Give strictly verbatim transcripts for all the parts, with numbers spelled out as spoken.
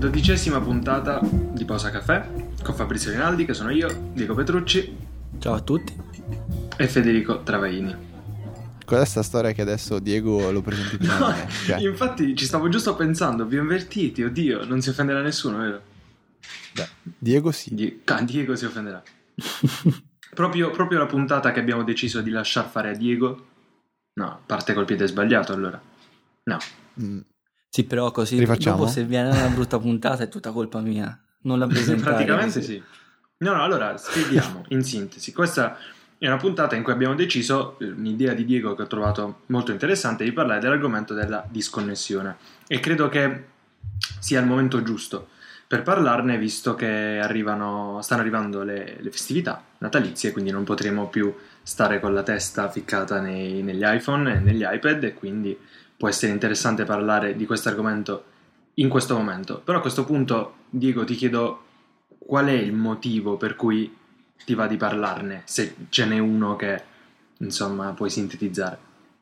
Dodicesima puntata di Pausa Caffè con Fabrizio Rinaldi, che sono io, Diego Petrucci. Ciao a tutti. E Federico Travaini. Qual è sta storia che adesso Diego lo presenti prima No, di me? Cioè... infatti ci stavo giusto pensando, vi ho invertiti, oddio, non si offenderà nessuno, vero? Beh, Diego sì. Die- ah, Diego si offenderà. proprio, proprio la puntata che abbiamo deciso di lasciar fare a Diego. No, parte col piede sbagliato allora. No. Mm. Sì, però così Rifacciamo? dopo se viene una brutta puntata è tutta colpa mia. Non la presentare. Praticamente sì. No, no, allora spieghiamo in sintesi. Questa è una puntata in cui abbiamo deciso, un'idea di Diego che ho trovato molto interessante, di parlare dell'argomento della disconnessione. E credo che sia il momento giusto per parlarne, visto che arrivano, stanno arrivando le, le festività natalizie, quindi non potremo più stare con la testa ficcata nei, negli iPhone e negli iPad, e quindi può essere interessante parlare di questo argomento in questo momento. Però a questo punto, Diego, ti chiedo qual è il motivo per cui ti va di parlarne, se ce n'è uno che, insomma, puoi sintetizzare.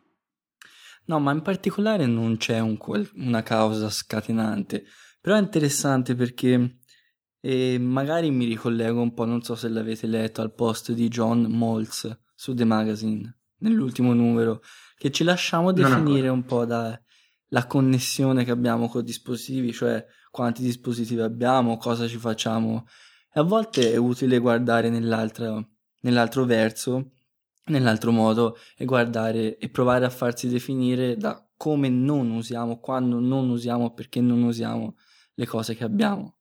No, ma in particolare non c'è un quel- una causa scatenante, però è interessante perché eh, magari mi ricollego un po', non so se l'avete letto, al post di John Moltz su The Magazine, nell'ultimo numero, che ci lasciamo Non definire ancora. un po' dalla connessione che abbiamo con i dispositivi, cioè quanti dispositivi abbiamo, cosa ci facciamo. E a volte è utile guardare nell'altra- nell'altro verso, nell'altro modo, e guardare e provare a farsi definire da come non usiamo, quando non usiamo, perché non usiamo le cose che abbiamo.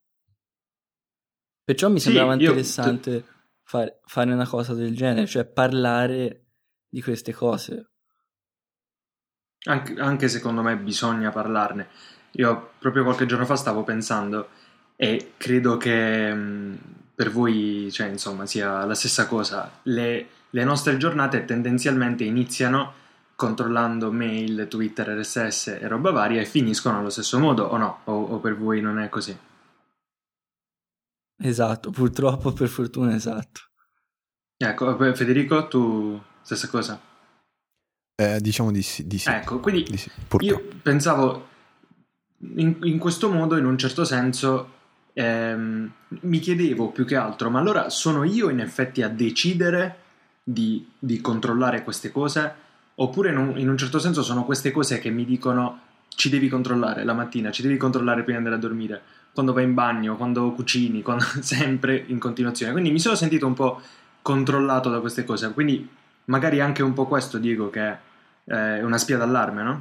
Perciò mi Sì, sembrava io- interessante fare, fare una cosa del genere, cioè parlare di queste cose. Anche, anche secondo me bisogna parlarne. Io proprio qualche giorno fa stavo pensando, e credo che mh, per voi, cioè, insomma, sia la stessa cosa. Le, le nostre giornate tendenzialmente iniziano controllando mail, Twitter, R S S e roba varia e finiscono allo stesso modo, o no? O, o per voi non è così? Esatto, purtroppo, per fortuna, esatto. Ecco, poi Federico, tu stessa cosa? Eh, diciamo di sì. Di sì. Ecco, quindi Di sì, purtroppo. io pensavo in, in questo modo, in un certo senso, ehm, mi chiedevo più che altro, ma allora sono io in effetti a decidere di, di controllare queste cose? Oppure in un, in un certo senso sono queste cose che mi dicono ci devi controllare la mattina, ci devi controllare prima di andare a dormire, quando vai in bagno, quando cucini, quando, sempre in continuazione. Quindi mi sono sentito un po' controllato da queste cose, quindi magari anche un po' questo, Diego, che è una spia d'allarme, no?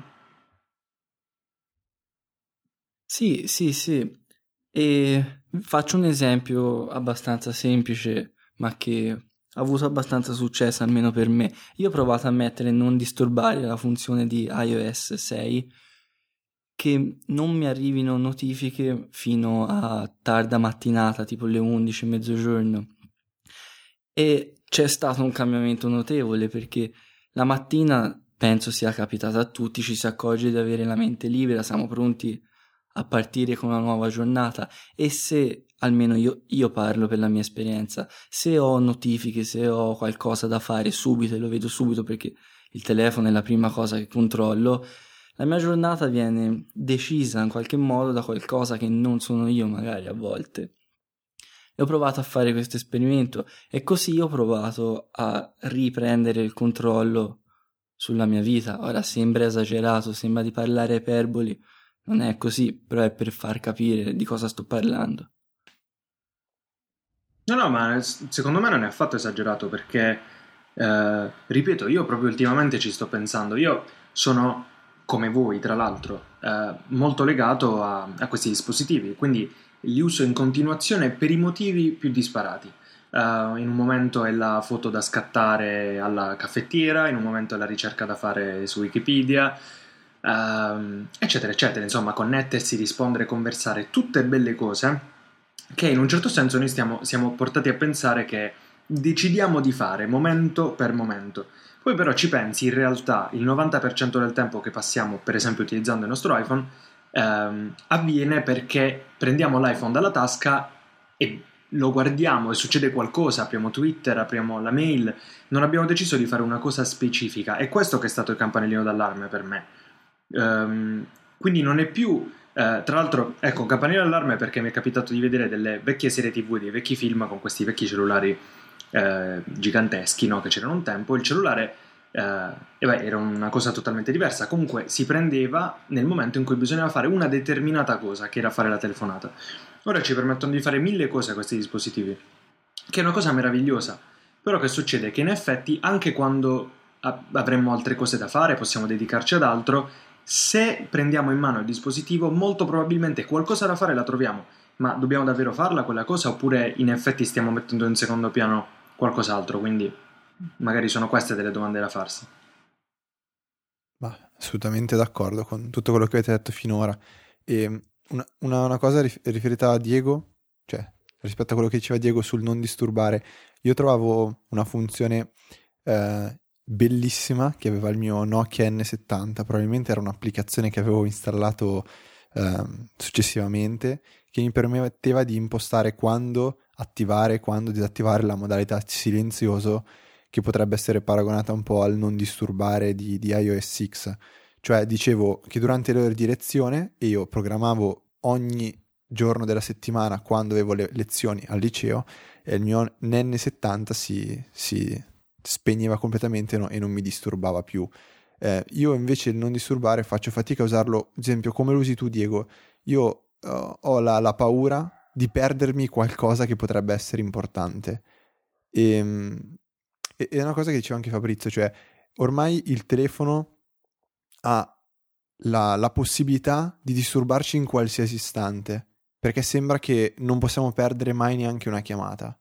Sì, sì, sì. E faccio un esempio abbastanza semplice, ma che ha avuto abbastanza successo, almeno per me. Io ho provato a mettere non disturbare la funzione di iOS sei, che non mi arrivino notifiche fino a tarda mattinata, tipo le undici, mezzogiorno. E c'è stato un cambiamento notevole, perché la mattina, penso sia capitato a tutti, ci si accorge di avere la mente libera, siamo pronti a partire con una nuova giornata, e se, almeno io, io parlo per la mia esperienza, se ho notifiche, se ho qualcosa da fare subito, e lo vedo subito perché il telefono è la prima cosa che controllo, la mia giornata viene decisa in qualche modo da qualcosa che non sono io, magari a volte. E ho provato a fare questo esperimento, e così ho provato a riprendere il controllo sulla mia vita. Ora sembra esagerato, sembra di parlare iperboli, non è così, però è per far capire di cosa sto parlando. No, no, ma s- secondo me non è affatto esagerato perché, eh, ripeto, io proprio ultimamente ci sto pensando. Io sono, come voi, tra l'altro, eh, molto legato a, a questi dispositivi, quindi li uso in continuazione per i motivi più disparati. Eh, in un momento è la foto da scattare alla caffettiera, in un momento è la ricerca da fare su Wikipedia, ehm, eccetera, eccetera. Insomma, connettersi, rispondere, conversare, tutte belle cose che in un certo senso noi stiamo, siamo portati a pensare che decidiamo di fare momento per momento. Poi però ci pensi, in realtà il novanta per cento del tempo che passiamo, per esempio utilizzando il nostro iPhone, ehm, avviene perché prendiamo l'iPhone dalla tasca e lo guardiamo e succede qualcosa, apriamo Twitter, apriamo la mail, non abbiamo deciso di fare una cosa specifica. È questo che è stato il campanellino d'allarme per me. Ehm, quindi non è più Eh, tra l'altro, ecco, campanello d'allarme perché mi è capitato di vedere delle vecchie serie tv, dei vecchi film con questi vecchi cellulari eh, giganteschi, no? Che c'erano un tempo. Il cellulare eh, e beh, era una cosa totalmente diversa. Comunque si prendeva nel momento in cui bisognava fare una determinata cosa, che era fare la telefonata. Ora ci permettono di fare mille cose questi dispositivi, che è una cosa meravigliosa. Però che succede? Che in effetti anche quando avremmo altre cose da fare, possiamo dedicarci ad altro, se prendiamo in mano il dispositivo molto probabilmente qualcosa da fare la troviamo, ma dobbiamo davvero farla quella cosa oppure in effetti stiamo mettendo in secondo piano qualcos'altro? Quindi magari sono queste delle domande da farsi. Ma assolutamente d'accordo con tutto quello che avete detto finora. E una, una, una cosa rif- riferita a Diego, cioè rispetto a quello che diceva Diego sul non disturbare, io trovavo una funzione eh, bellissima che aveva il mio Nokia N settanta, probabilmente era un'applicazione che avevo installato eh, successivamente, che mi permetteva di impostare quando attivare e quando disattivare la modalità silenzioso, che potrebbe essere paragonata un po' al non disturbare di, di iOS sei. Cioè dicevo che durante le ore di lezione, e io programmavo ogni giorno della settimana quando avevo le lezioni al liceo, e il mio N settanta si, si spegneva completamente no, e non mi disturbava più. Eh, io invece il non disturbare faccio fatica a usarlo, ad esempio come lo usi tu Diego. Io uh, ho la, la paura di perdermi qualcosa che potrebbe essere importante. E, e è una cosa che diceva anche Fabrizio, cioè ormai il telefono ha la, la possibilità di disturbarci in qualsiasi istante, perché sembra che non possiamo perdere mai neanche una chiamata.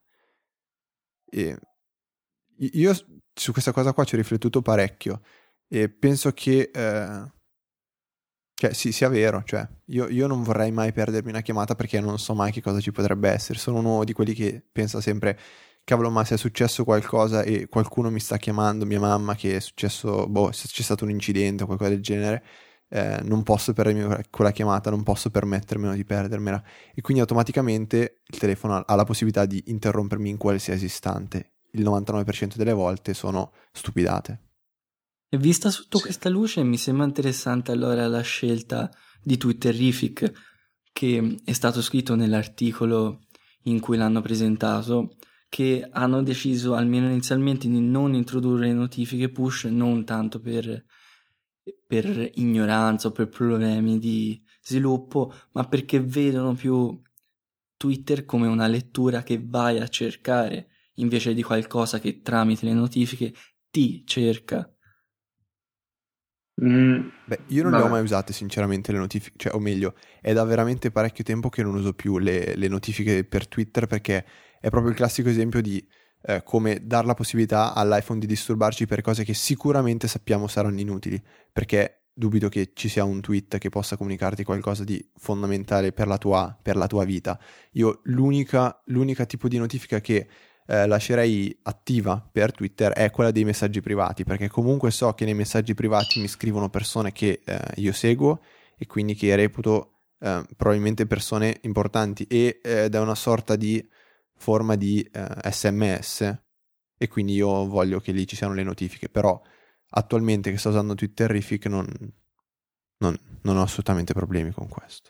E io su questa cosa qua ci ho riflettuto parecchio e penso che eh, cioè sì, sia vero, cioè io, io non vorrei mai perdermi una chiamata perché non so mai che cosa ci potrebbe essere. Sono uno di quelli che pensa sempre, cavolo, ma se è successo qualcosa e qualcuno mi sta chiamando, mia mamma, che è successo, boh, se c'è stato un incidente o qualcosa del genere, eh, non posso perdermi quella chiamata, non posso permettermelo di perdermela, e quindi automaticamente il telefono ha la possibilità di interrompermi in qualsiasi istante. Il novantanove per cento delle volte sono stupidate. E vista sotto Sì. questa luce mi sembra interessante allora la scelta di Twitterrific, che è stato scritto nell'articolo in cui l'hanno presentato, che hanno deciso almeno inizialmente di non introdurre notifiche push, non tanto per, per ignoranza o per problemi di sviluppo, ma perché vedono più Twitter come una lettura che vai a cercare invece di qualcosa che tramite le notifiche ti cerca. Mm, Beh, io non vabbè. le ho mai usate sinceramente le notifiche, cioè o meglio, è da veramente parecchio tempo che non uso più le, le notifiche per Twitter, perché è proprio il classico esempio di eh, come dar la possibilità all'iPhone di disturbarci per cose che sicuramente sappiamo saranno inutili, perché dubito che ci sia un tweet che possa comunicarti qualcosa di fondamentale per la tua, per la tua vita. Io l'unica, l'unica tipo di notifica che Eh, lascerei attiva per Twitter è quella dei messaggi privati, perché comunque so che nei messaggi privati mi scrivono persone che eh, io seguo e quindi che reputo eh, probabilmente persone importanti, e, eh, ed è una sorta di forma di eh, S M S, e quindi io voglio che lì ci siano le notifiche. Però attualmente che sto usando Twitterrific non, non, non ho assolutamente problemi con questo.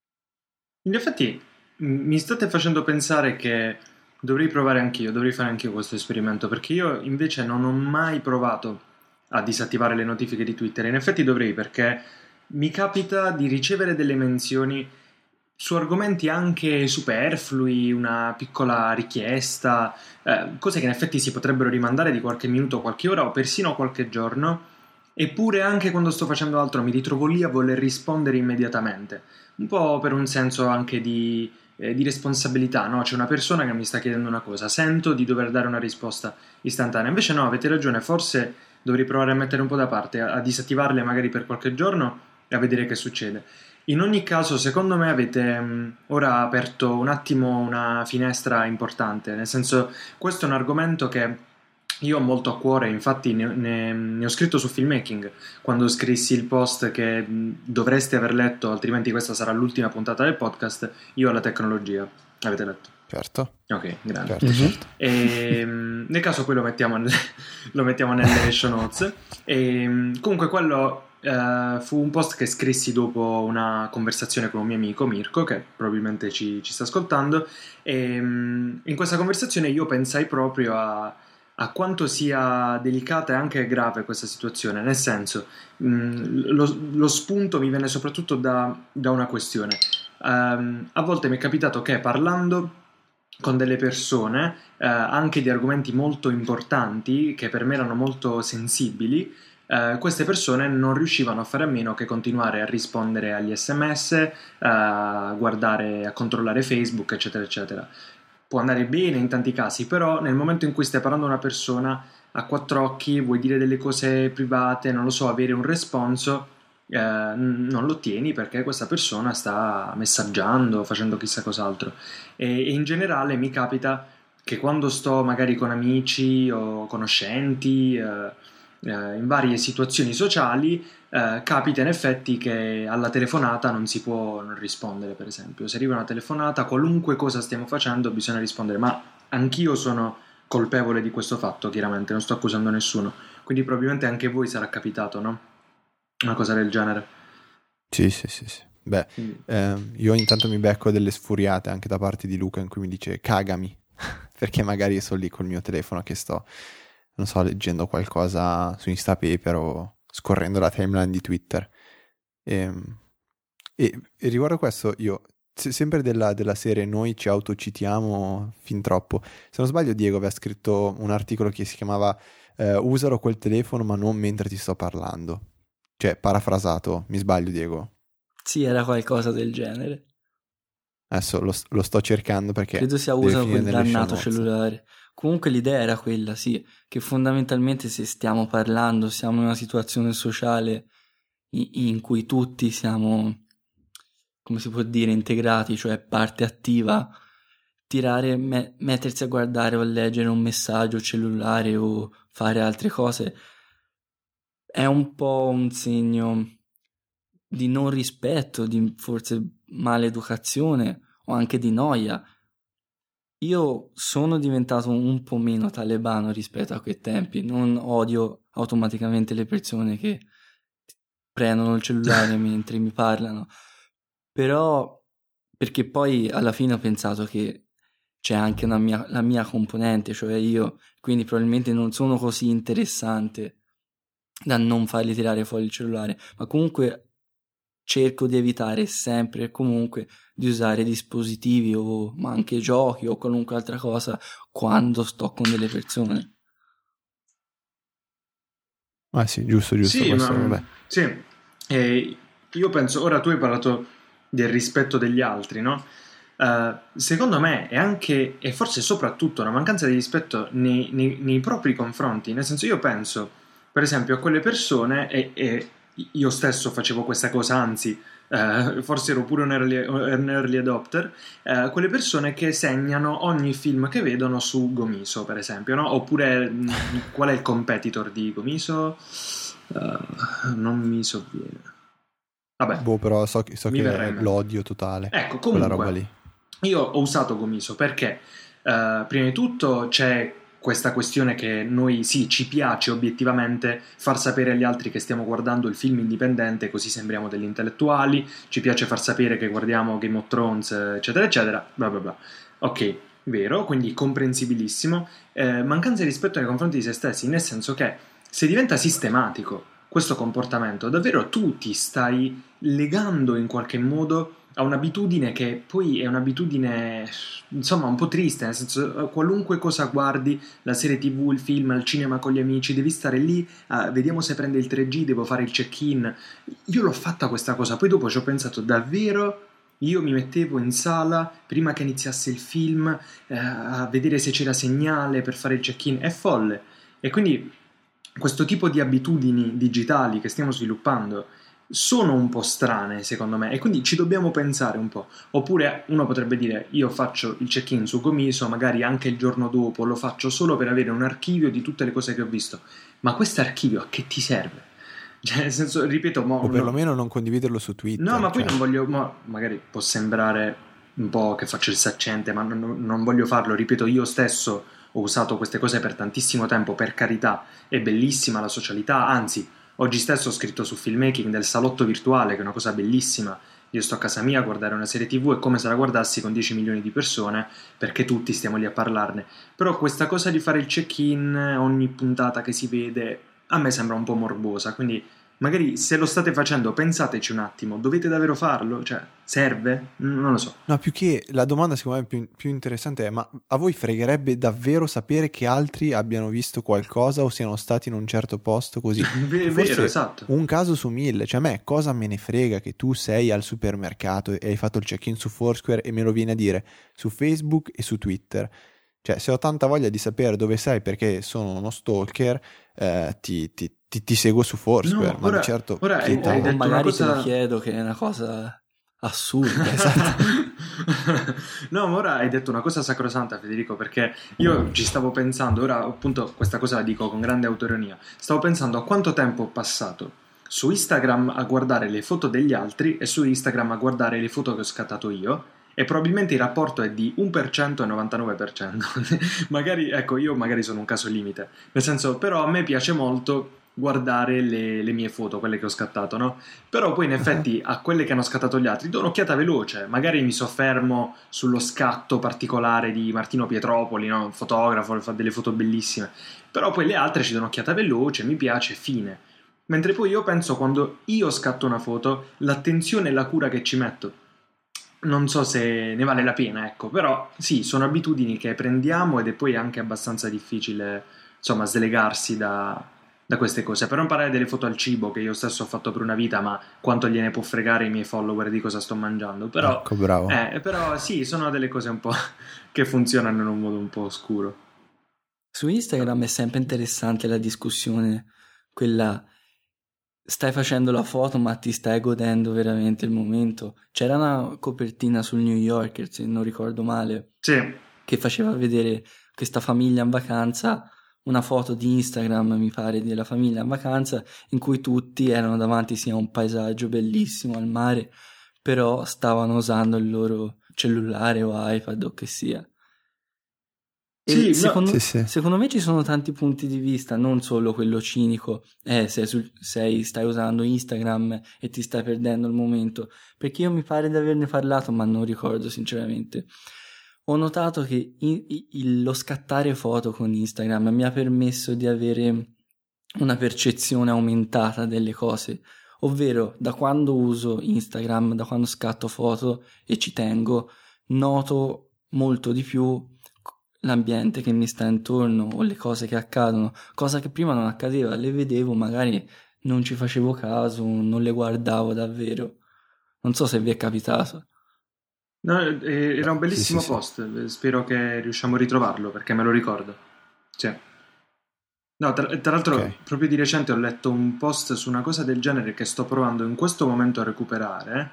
In effetti mi state facendo pensare che dovrei provare anch'io, dovrei fare anch'io questo esperimento, perché io invece non ho mai provato a disattivare le notifiche di Twitter. In effetti dovrei, perché mi capita di ricevere delle menzioni su argomenti anche superflui, una piccola richiesta, eh, cose che in effetti si potrebbero rimandare di qualche minuto, qualche ora o persino qualche giorno, eppure anche quando sto facendo altro mi ritrovo lì a voler rispondere immediatamente, un po' per un senso anche di Eh, di responsabilità, no? C'è una persona che mi sta chiedendo una cosa, sento di dover dare una risposta istantanea. Invece no, avete ragione, forse dovrei provare a mettere un po' da parte, a, a disattivarle magari per qualche giorno e a vedere che succede. In ogni caso, secondo me avete mh, ora aperto un attimo una finestra importante, nel senso, questo è un argomento che io ho molto a cuore, infatti ne, ne, ne ho scritto su Filmmaking quando scrissi il post che mh, dovreste aver letto, altrimenti questa sarà l'ultima puntata del podcast, io alla tecnologia. Avete letto? Certo. Ok, grande. Certo, Mhm. certo. E, mh, nel caso poi lo mettiamo, nel, lo mettiamo nelle show notes. E, mh, comunque quello eh, fu un post che scrissi dopo una conversazione con un mio amico Mirko, che probabilmente ci, ci sta ascoltando, e mh, in questa conversazione io pensai proprio a, a quanto sia delicata e anche grave questa situazione, nel senso, mh, lo, lo spunto mi venne soprattutto da, da una questione. Um, a volte mi è capitato che parlando con delle persone, eh, anche di argomenti molto importanti, che per me erano molto sensibili, eh, queste persone non riuscivano a fare a meno che continuare a rispondere agli sms, a guardare, a controllare Facebook, eccetera, eccetera. Può andare bene in tanti casi, però nel momento in cui stai parlando a una persona a quattro occhi, vuoi dire delle cose private, non lo so, avere un responso, eh, non lo ottieni perché questa persona sta messaggiando, facendo chissà cos'altro. E, e in generale mi capita che quando sto magari con amici o conoscenti, eh, eh, in varie situazioni sociali, eh, capita in effetti che alla telefonata non si può non rispondere, per esempio. Se arriva una telefonata, qualunque cosa stiamo facendo, bisogna rispondere, ma anch'io sono colpevole di questo fatto, chiaramente, non sto accusando nessuno, quindi probabilmente anche a voi sarà capitato, no? Una cosa del genere. Sì, sì, sì, sì. Beh, eh, io ogni tanto mi becco delle sfuriate anche da parte di Luca in cui mi dice cagami, perché magari sono lì col mio telefono che sto, non so, leggendo qualcosa su Instapaper o scorrendo la timeline di Twitter. E, e, e riguardo questo, io, se- sempre della, della serie noi ci autocitiamo fin troppo. Se non sbaglio Diego aveva scritto un articolo che si chiamava eh, usalo quel telefono ma non mentre ti sto parlando. Cioè, parafrasato, mi sbaglio Diego? Sì, era qualcosa del genere. Adesso lo, lo sto cercando perché Credo sia deve usato finire quel nelle show dannato notes. cellulare. Comunque l'idea era quella, sì, che fondamentalmente se stiamo parlando, siamo in una situazione sociale in, in cui tutti siamo, come si può dire, integrati, cioè parte attiva, tirare, me- mettersi a guardare o a leggere un messaggio cellulare o fare altre cose è un po' un segno di non rispetto, di forse maleducazione o anche di noia. Io sono diventato un po' meno talebano rispetto a quei tempi, non odio automaticamente le persone che prendono il cellulare mentre mi parlano, però perché poi alla fine ho pensato che c'è anche una mia, la mia componente, cioè io, quindi probabilmente non sono così interessante da non fargli tirare fuori il cellulare, ma comunque cerco di evitare sempre e comunque di usare dispositivi o ma anche giochi o qualunque altra cosa quando sto con delle persone. Ah sì, giusto, giusto, Sì, questo, ma vabbè. sì. E io penso, ora tu hai parlato del rispetto degli altri, no? Eh, secondo me è anche e forse soprattutto una mancanza di rispetto nei, nei- nei propri confronti, nel senso io penso per esempio a quelle persone e, e io stesso facevo questa cosa, anzi eh, forse ero pure un early, un early adopter, eh, quelle persone che segnano ogni film che vedono su Gomiso, per esempio, no? Oppure mh, qual è il competitor di Gomiso? Eh, non mi sovviene. Vabbè, Boh, però so, che- so mi che verrà in è mente. l'odio totale, Ecco, quella roba comunque, lì. io ho usato Gomiso perché, eh, prima di tutto, c'è questa questione che noi, sì, ci piace obiettivamente far sapere agli altri che stiamo guardando il film indipendente, così sembriamo degli intellettuali, ci piace far sapere che guardiamo Game of Thrones, eccetera, eccetera, bla bla bla. Ok, vero, quindi comprensibilissimo. Eh, mancanza di rispetto nei confronti di se stessi, nel senso che se diventa sistematico questo comportamento, davvero tu ti stai legando in qualche modo a un'abitudine che poi è un'abitudine insomma un po' triste, nel senso qualunque cosa guardi, la serie tv, il film, al cinema con gli amici, devi stare lì, uh, vediamo se prende il tre G, devo fare il check-in. Io l'ho fatta questa cosa, poi dopo ci ho pensato davvero, io mi mettevo in sala prima che iniziasse il film eh, a vedere se c'era segnale per fare il check-in, è folle. E quindi questo tipo di abitudini digitali che stiamo sviluppando sono un po' strane secondo me e quindi ci dobbiamo pensare un po'. Oppure uno potrebbe dire io faccio il check-in su Gomiso, magari anche il giorno dopo lo faccio solo per avere un archivio di tutte le cose che ho visto, ma questo archivio a che ti serve? Cioè nel senso, ripeto, mo, O no, perlomeno non condividerlo su Twitter. no, ma poi cioè. non voglio, mo, magari può sembrare un po' che faccio il saccente, ma non, non voglio farlo, ripeto, io stesso ho usato queste cose per tantissimo tempo, per carità, è bellissima la socialità, anzi Oggi stesso ho scritto su Filmmaking del salotto virtuale, che è una cosa bellissima. Io sto a casa mia a guardare una serie tivù, è come se la guardassi con dieci milioni di persone, perché tutti stiamo lì a parlarne. Però questa cosa di fare il check-in ogni puntata che si vede a me sembra un po' morbosa, quindi magari se lo state facendo pensateci un attimo, dovete davvero farlo? Cioè, serve? Non lo so. No, più che la domanda secondo me più, più interessante è: ma a voi fregherebbe davvero sapere che altri abbiano visto qualcosa o siano stati in un certo posto così? È vero, Forse esatto. un caso su mille, cioè a me cosa me ne frega che tu sei al supermercato e hai fatto il check-in su Foursquare e me lo vieni a dire su Facebook e su Twitter. Cioè, se ho tanta voglia di sapere dove sei perché sono uno stalker, eh, ti, ti, ti, ti seguo su Foursquare, No, ma ora- di certo ora che hai- ta- hai O detto magari una te cosa- lo chiedo, che è una cosa assurda. Esatto. No, ma ora hai detto una cosa sacrosanta, Federico, perché io ci stavo pensando, ora appunto questa cosa la dico con grande autoironia, stavo pensando a quanto tempo ho passato su Instagram a guardare le foto degli altri e su Instagram a guardare le foto che ho scattato io, e probabilmente il rapporto è di uno per cento e novantanove per cento. Magari, ecco, io magari sono un caso limite, nel senso, però a me piace molto guardare le, le mie foto, quelle che ho scattato, no? Però poi in effetti a quelle che hanno scattato gli altri do un'occhiata veloce, magari mi soffermo sullo scatto particolare di Martino Pietropoli, no? Un fotografo che fa delle foto bellissime, però poi le altre ci do un'occhiata veloce, mi piace, fine. Mentre poi io penso, quando io scatto una foto, l'attenzione e la cura che ci metto, non so se ne vale la pena, ecco, però sì, sono abitudini che prendiamo ed è poi anche abbastanza difficile, insomma, slegarsi da, da queste cose. Per non parlare delle foto al cibo, che io stesso ho fatto per una vita, ma quanto gliene può fregare ai miei follower di cosa sto mangiando. Però, Ecco, bravo. eh, però sì, sono delle cose un po' che funzionano in un modo un po' oscuro. Su Instagram è sempre interessante la discussione, quella stai facendo la foto ma ti stai godendo veramente il momento. C'era una copertina sul New Yorker, se non ricordo male, Sì, che faceva vedere questa famiglia in vacanza, una foto di Instagram mi pare della famiglia in vacanza, in cui tutti erano davanti sia a un paesaggio bellissimo al mare, però stavano usando il loro cellulare o iPad o che sia. E Sì, no, secondo, sì, sì. secondo me ci sono tanti punti di vista, non solo quello cinico, eh, sei, sul- sei- stai usando Instagram e ti stai perdendo il momento, perché io mi pare di averne parlato, ma non ricordo sinceramente. Ho notato che i- i- il- lo scattare foto con Instagram mi ha permesso di avere una percezione aumentata delle cose, ovvero da quando uso Instagram, da quando scatto foto e ci tengo, noto molto di più l'ambiente che mi sta intorno o le cose che accadono, cosa che prima non accadeva, le vedevo, magari non ci facevo caso, non le guardavo davvero. Non so se vi è capitato. no, eh, era un Beh, sì, bellissimo sì, sì. post, eh, spero che riusciamo a ritrovarlo, perché me lo ricordo. Sì. No, tra, tra l'altro, Ok. proprio di recente ho letto un post su una cosa del genere che sto provando in questo momento a recuperare,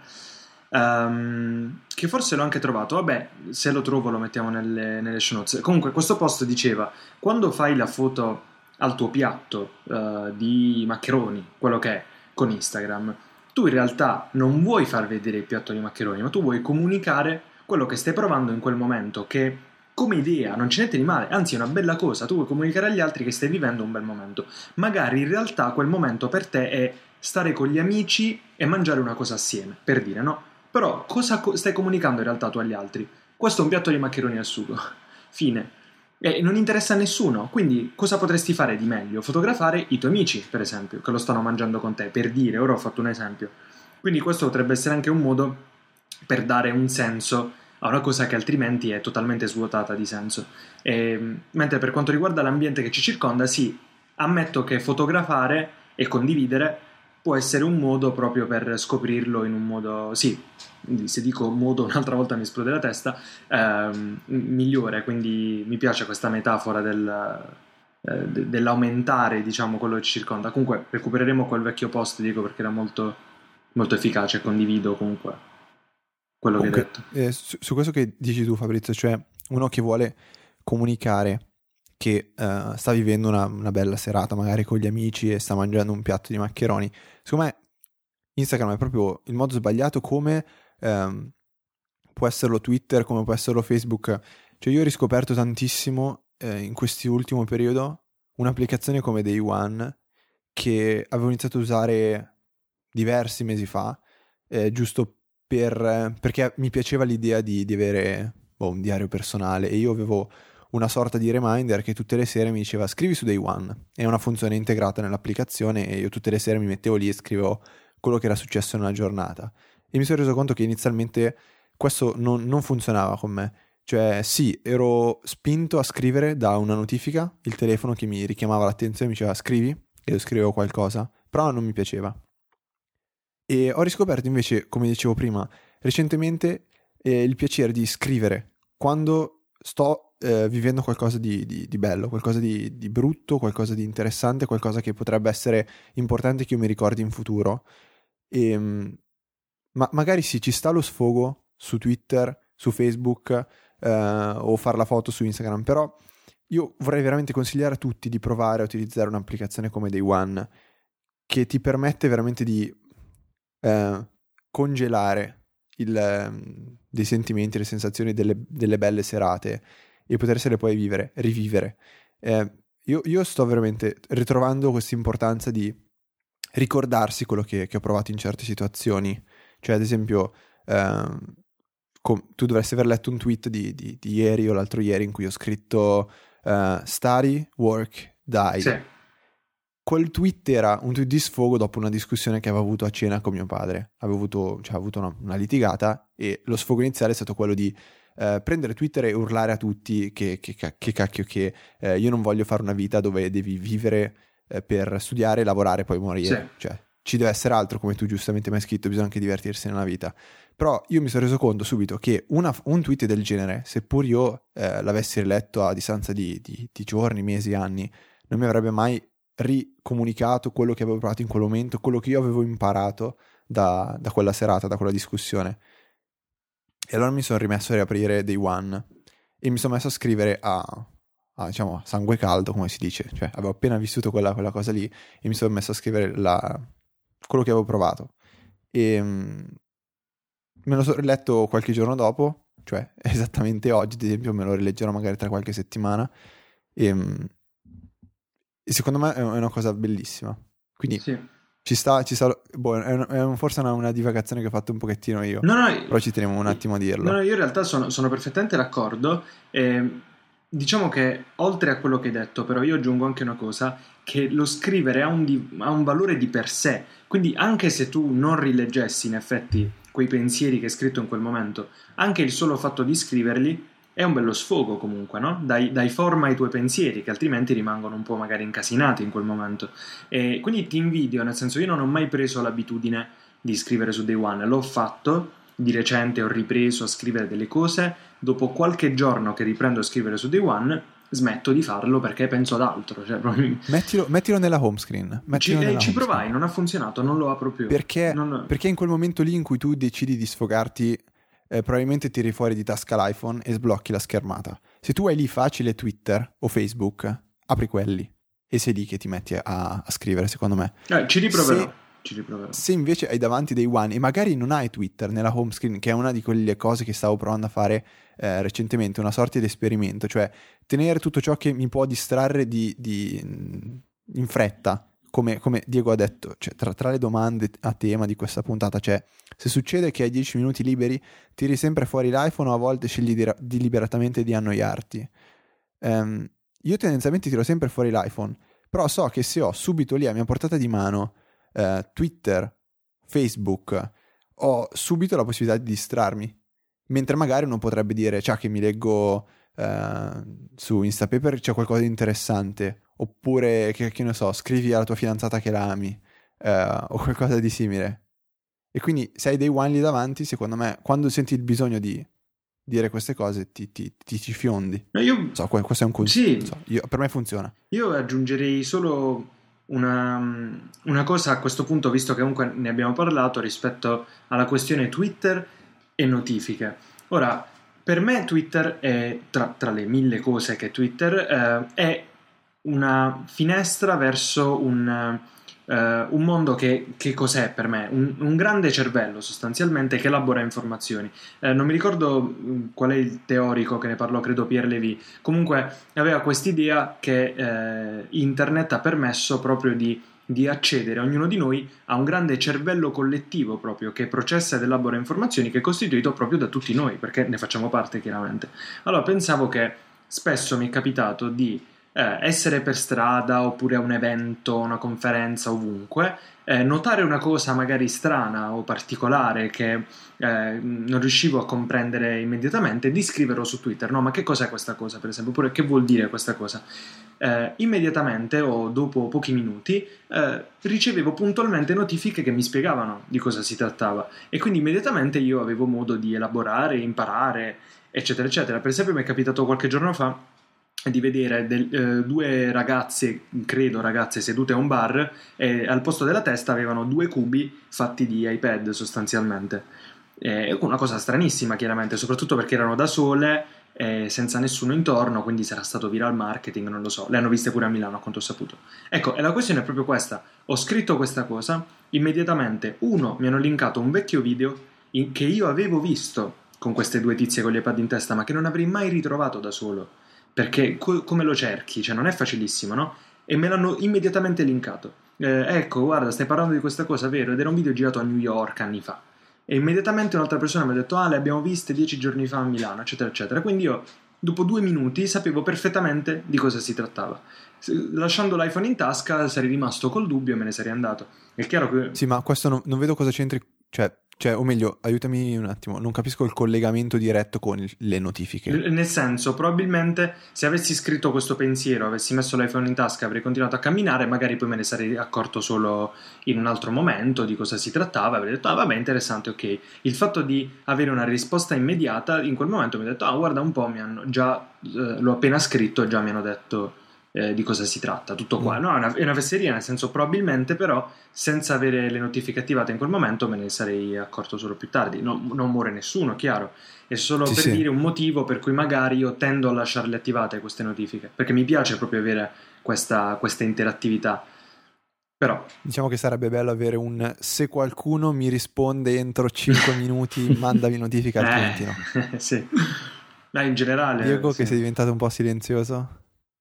ehm, che forse l'ho anche trovato. Vabbè, se lo trovo lo mettiamo nelle, nelle show notes. Comunque, questo post diceva: quando fai la foto al tuo piatto eh, di maccheroni, quello che è, con Instagram, tu in realtà non vuoi far vedere il piatto di maccheroni, ma tu vuoi comunicare quello che stai provando in quel momento, che come idea non c'è niente di male, anzi è una bella cosa. Tu vuoi comunicare agli altri che stai vivendo un bel momento. Magari in realtà quel momento per te è stare con gli amici e mangiare una cosa assieme, per dire, no? Però cosa co- stai comunicando in realtà tu agli altri? Questo è un piatto di maccheroni al sugo. Fine. E non interessa a nessuno, quindi cosa potresti fare di meglio? Fotografare i tuoi amici, per esempio, che lo stanno mangiando con te, per dire, ora ho fatto un esempio. Quindi questo potrebbe essere anche un modo per dare un senso a una cosa che altrimenti è totalmente svuotata di senso. E, mentre per quanto riguarda l'ambiente che ci circonda, sì, ammetto che fotografare e condividere può essere un modo proprio per scoprirlo in un modo, sì, se dico modo un'altra volta mi esplode la testa, ehm, migliore, quindi mi piace questa metafora del, eh, de- dell'aumentare, diciamo, quello che ci circonda. Comunque recupereremo quel vecchio post, dico, perché era molto, molto efficace, condivido comunque quello che hai Comunque, detto. eh, su, su questo che dici tu, Fabrizio, cioè uno che vuole comunicare che eh, sta vivendo una, una bella serata magari con gli amici e sta mangiando un piatto di maccheroni, secondo me Instagram è proprio il modo sbagliato, come ehm, può esserlo Twitter, come può esserlo Facebook. Cioè io ho riscoperto tantissimo eh, in quest'ultimo periodo un'applicazione come Day One che avevo iniziato a usare diversi mesi fa, eh, giusto per, perché mi piaceva l'idea di, di avere boh, un diario personale, e io avevo una sorta di reminder che tutte le sere mi diceva scrivi su Day One, è una funzione integrata nell'applicazione, e io tutte le sere mi mettevo lì e scrivevo quello che era successo nella giornata, e mi sono reso conto che inizialmente questo non, non funzionava con me. Cioè sì, ero spinto a scrivere da una notifica, il telefono che mi richiamava l'attenzione mi diceva scrivi, e io scrivevo qualcosa, però non mi piaceva. E ho riscoperto invece, come dicevo prima, recentemente eh, il piacere di scrivere quando sto eh, vivendo qualcosa di, di, di bello, qualcosa di, di brutto, qualcosa di interessante, qualcosa che potrebbe essere importante che io mi ricordi in futuro. E, ma magari sì, ci sta lo sfogo su Twitter, su Facebook, eh, o fare la foto su Instagram, però io vorrei veramente consigliare a tutti di provare a utilizzare un'applicazione come Day One, che ti permette veramente di eh, congelare il, eh, dei sentimenti, le sensazioni delle, delle belle serate, e potersele poi vivere, rivivere. Eh, io, io sto veramente ritrovando questa importanza di ricordarsi quello che, che ho provato in certe situazioni. Cioè, ad esempio, eh, com- tu dovresti aver letto un tweet di, di, di ieri o l'altro ieri in cui ho scritto uh, study, work, die. Sì. Quel tweet era un tweet di sfogo dopo una discussione che avevo avuto a cena con mio padre. Avevo avuto, cioè, avuto una, una litigata, e lo sfogo iniziale è stato quello di uh, prendere Twitter e urlare a tutti che, che, che cacchio che uh, io non voglio fare una vita dove devi vivere uh, per studiare, lavorare e poi morire. Sì. Cioè, ci deve essere altro, come tu giustamente mi hai scritto, bisogna anche divertirsi nella vita. Però io mi sono reso conto subito che una, un tweet del genere, seppur io eh, l'avessi riletto a distanza di, di, di giorni, mesi, anni, non mi avrebbe mai ricomunicato quello che avevo provato in quel momento, quello che io avevo imparato da, da quella serata, da quella discussione. E allora mi sono rimesso a riaprire Day One e mi sono messo a scrivere a, a diciamo, sangue caldo, come si dice. Cioè, avevo appena vissuto quella, quella cosa lì, e mi sono messo a scrivere la, quello che avevo provato. E me lo sono riletto qualche giorno dopo, cioè esattamente oggi, ad esempio, me lo rileggerò magari tra qualche settimana, e, e secondo me è una cosa bellissima. Quindi Sì. ci sta, ci sta, boh, è, un, è un, forse una, una divagazione che ho fatto un pochettino io, no, no, però ci teniamo un attimo a dirlo. No, io in realtà sono, sono perfettamente d'accordo. Eh, diciamo che oltre a quello che hai detto, però io aggiungo anche una cosa, che lo scrivere ha un, di, ha un valore di per sé, quindi anche se tu non rileggessi in effetti quei pensieri che hai scritto in quel momento, anche il solo fatto di scriverli è un bello sfogo comunque, no? Dai, dai forma ai tuoi pensieri, che altrimenti rimangono un po' magari incasinati in quel momento. E quindi ti invidio, nel senso, io non ho mai preso l'abitudine di scrivere su Day One, l'ho fatto di recente, ho ripreso a scrivere delle cose, dopo qualche giorno che riprendo a scrivere su Day One smetto di farlo perché penso ad altro, cioè, proprio... mettilo, mettilo nella home screen, mettilo ci, nella eh, ci home provai, screen. non ha funzionato, non lo apro più perché, non... perché in quel momento lì in cui tu decidi di sfogarti, eh, probabilmente tiri fuori di tasca l'iPhone e sblocchi la schermata. Se tu hai lì facile Twitter o Facebook, apri quelli e sei lì che ti metti a, a scrivere, secondo me. eh, ci riproverò se, ci riproverò se invece hai davanti Day One e magari non hai Twitter nella home screen, che è una di quelle cose che stavo provando a fare eh, recentemente, una sorta di esperimento, cioè tenere tutto ciò che mi può distrarre di, di in fretta, come, come Diego ha detto, cioè, tra, tra le domande a tema di questa puntata, cioè se succede che hai dieci minuti liberi, tiri sempre fuori l'iPhone o a volte scegli di, deliberatamente di annoiarti. Um, io tendenzialmente tiro sempre fuori l'iPhone, però so che se ho subito lì a mia portata di mano uh, Twitter, Facebook, ho subito la possibilità di distrarmi, mentre magari uno potrebbe dire, ciao, che mi leggo uh, su Instapaper c'è qualcosa di interessante, oppure che, che ne so, scrivi alla tua fidanzata che la ami, uh, o qualcosa di simile. E quindi se hai Day One lì davanti, secondo me, quando senti il bisogno di dire queste cose, ti, ti, ti, ti fiondi. No, io... so, questo è un consiglio. Sì. So, io, per me funziona. Io aggiungerei solo una, una cosa a questo punto, visto che comunque ne abbiamo parlato, rispetto alla questione Twitter e notifiche. Ora, per me Twitter è, tra, tra le mille cose che Twitter eh, è una finestra verso un... Uh, un mondo che, che cos'è per me? Un, un grande cervello sostanzialmente che elabora informazioni. Uh, non mi ricordo uh, qual è il teorico che ne parlò, credo Pierre Lévy. Comunque aveva quest'idea che uh, internet ha permesso proprio di di accedere ognuno di noi a un grande cervello collettivo proprio che processa ed elabora informazioni, che è costituito proprio da tutti noi, perché ne facciamo parte chiaramente. Allora pensavo che spesso mi è capitato di eh, essere per strada oppure a un evento, una conferenza, ovunque, eh, notare una cosa magari strana o particolare che eh, non riuscivo a comprendere immediatamente, di scriverlo su Twitter. No, ma che cos'è questa cosa, per esempio? Oppure che vuol dire questa cosa? Eh, immediatamente o dopo pochi minuti eh, ricevevo puntualmente notifiche che mi spiegavano di cosa si trattava, e quindi immediatamente io avevo modo di elaborare, imparare, eccetera eccetera. Per esempio mi è capitato qualche giorno fa di vedere del, eh, due ragazze, credo ragazze, sedute a un bar, e al posto della testa avevano due cubi fatti di iPad sostanzialmente. È una cosa stranissima chiaramente, soprattutto perché erano da sole, eh, senza nessuno intorno, quindi sarà stato viral marketing, non lo so. Le hanno viste pure a Milano, a quanto ho saputo. Ecco, e la questione è proprio questa: ho scritto questa cosa, immediatamente uno mi hanno linkato un vecchio video in, che io avevo visto con queste due tizie con gli iPad in testa, ma che non avrei mai ritrovato da solo, perché co- come lo cerchi? Cioè non è facilissimo, no? E me l'hanno immediatamente linkato. Eh, ecco, guarda, stai parlando di questa cosa, vero? Ed era un video girato a New York anni fa. E immediatamente un'altra persona mi ha detto: ah, le abbiamo viste dieci giorni fa a Milano, eccetera eccetera. Quindi io dopo due minuti sapevo perfettamente di cosa si trattava. Lasciando l'iPhone in tasca sarei rimasto col dubbio e me ne sarei andato. È chiaro che... Sì, ma questo non, non vedo cosa c'entri, cioè, cioè, o meglio, aiutami un attimo, non capisco il collegamento diretto con il- le notifiche. Nel senso, probabilmente se avessi scritto questo pensiero, avessi messo l'iPhone in tasca, avrei continuato a camminare, magari poi me ne sarei accorto solo in un altro momento di cosa si trattava, avrei detto: ah vabbè, interessante, ok. Il fatto di avere una risposta immediata, in quel momento mi ho detto: ah, guarda un po', mi hanno già, eh, l'ho appena scritto e già mi hanno detto eh, di cosa si tratta, tutto qua. Mm. No, è una, è una fesseria, nel senso, probabilmente, però senza avere le notifiche attivate in quel momento me ne sarei accorto solo più tardi. No, non muore nessuno, chiaro. È solo Sì, per sì. dire un motivo per cui magari io tendo a lasciarle attivate queste notifiche, perché mi piace proprio avere questa, questa interattività. Però Diciamo che sarebbe bello avere un: se qualcuno mi risponde entro cinque minuti, mandami notifica, altrimenti no. eh, sì. Ma in generale Diego, sì. che sei diventato un po' silenzioso.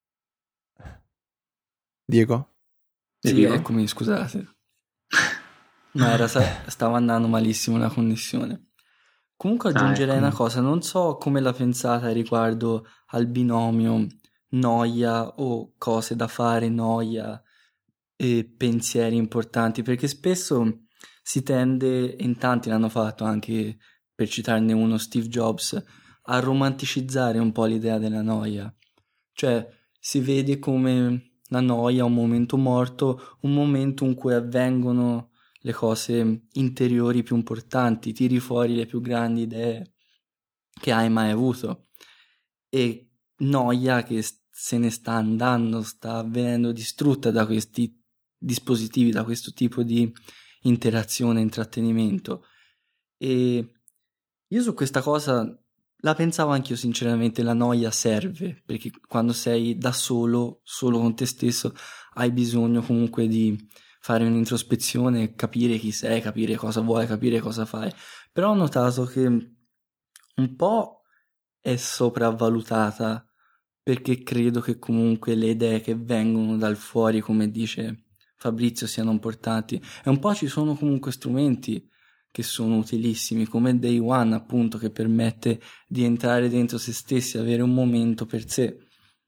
Diego? E Sì, dico? eccomi, scusate. No, era, stava andando malissimo la connessione. Comunque aggiungerei ah, ecco. una cosa, non so come la pensate riguardo al binomio noia o cose da fare, noia e pensieri importanti, perché spesso si tende, in tanti l'hanno fatto, anche per citarne uno, Steve Jobs, a romanticizzare un po' l'idea della noia. Cioè si vede come la noia un momento morto, un momento in cui avvengono le cose interiori più importanti, tiri fuori le più grandi idee che hai mai avuto, e noia che se ne sta andando, sta venendo distrutta da questi dispositivi, da questo tipo di interazione e intrattenimento. E io su questa cosa la pensavo anch'io sinceramente, la noia serve, perché quando sei da solo, solo con te stesso, hai bisogno comunque di fare un'introspezione, capire chi sei, capire cosa vuoi, capire cosa fai. Però ho notato che un po' è sopravvalutata, perché credo che comunque le idee che vengono dal fuori, come dice Fabrizio, siano importanti, e un po' ci sono comunque strumenti che sono utilissimi, come Day One, appunto, che permette di entrare dentro se stessi, avere un momento per sé.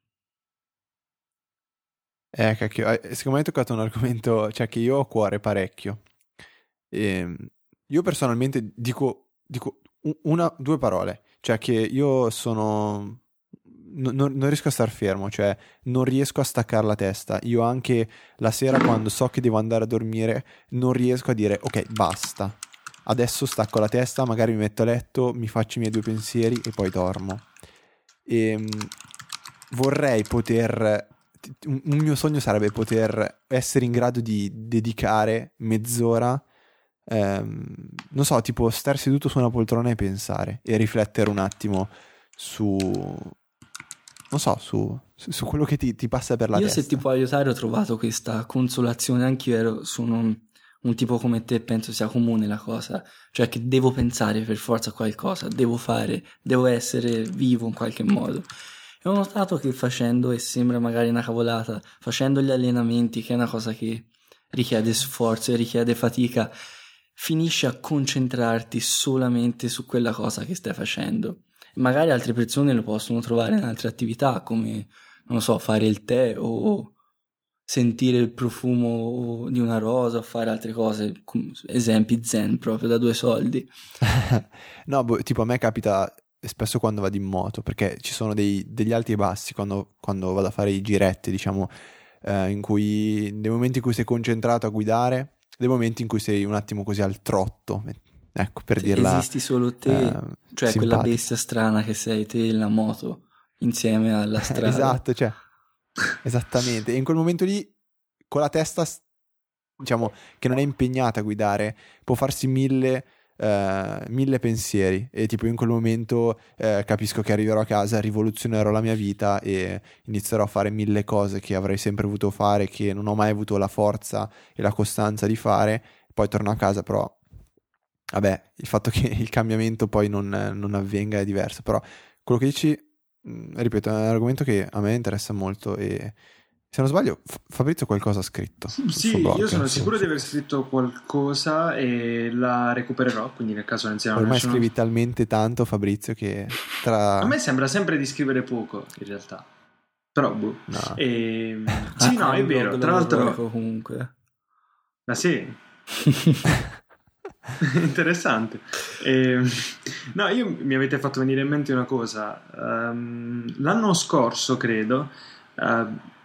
Eh, cacchio, eh, secondo me hai toccato un argomento, cioè, che io ho a cuore parecchio. E io personalmente dico, dico u- una, due parole, cioè che io sono... non, non- non riesco a star fermo, cioè non riesco a staccare la testa. Io anche la sera, quando so che devo andare a dormire, non riesco a dire: ok, basta, adesso stacco la testa, magari mi metto a letto, mi faccio i miei due pensieri e poi dormo. E vorrei poter... un un mio sogno sarebbe poter essere in grado di dedicare mezz'ora, ehm, non so, tipo star seduto su una poltrona e pensare e riflettere un attimo su, non so, su, su, su quello che ti, ti passa per la Io testa. se ti può aiutare ho trovato questa consolazione, anch'io ero, sono un, un tipo come te, penso sia comune la cosa, cioè che devo pensare per forza a qualcosa, devo fare, devo essere vivo in qualche modo. E ho notato che facendo, e sembra magari una cavolata, facendo gli allenamenti, che è una cosa che richiede sforzo e richiede fatica, finisci a concentrarti solamente su quella cosa che stai facendo. Magari altre persone lo possono trovare in altre attività, come, non lo so, fare il tè o sentire il profumo di una rosa o fare altre cose, esempi zen proprio da due soldi. No, boh, tipo a me capita spesso quando vado in moto, perché ci sono dei, degli alti e bassi quando, quando vado a fare i giretti, diciamo, eh, in cui nei momenti in cui sei concentrato a guidare, dei momenti in cui sei un attimo così al trotto, ecco, per dirla. Esisti solo te, eh, cioè simpatica. quella bestia strana che sei te, la moto, insieme alla strada. Esatto, cioè, esattamente. E in quel momento lì, con la testa, diciamo, che non è impegnata a guidare, può farsi mille, eh, mille pensieri. E tipo in quel momento eh, capisco che arriverò a casa, rivoluzionerò la mia vita e inizierò a fare mille cose che avrei sempre voluto fare, che non ho mai avuto la forza e la costanza di fare. Poi torno a casa, però vabbè, il fatto che il cambiamento poi non, non avvenga è diverso. Però quello che dici, ripeto, è un argomento che a me interessa molto e se non sbaglio Fabrizio qualcosa ha scritto. Sì, blog, io sono sì. sicuro di aver scritto qualcosa e la recupererò, quindi nel caso iniziamo. Ormai scrivi non... talmente tanto, Fabrizio, che tra... A me sembra sempre di scrivere poco in realtà, però boh. No. E... sì, no, è vero, tra l'altro comunque. Ma sì. Interessante. E, no, io mi avete fatto venire in mente una cosa. Um, l'anno scorso, credo, uh,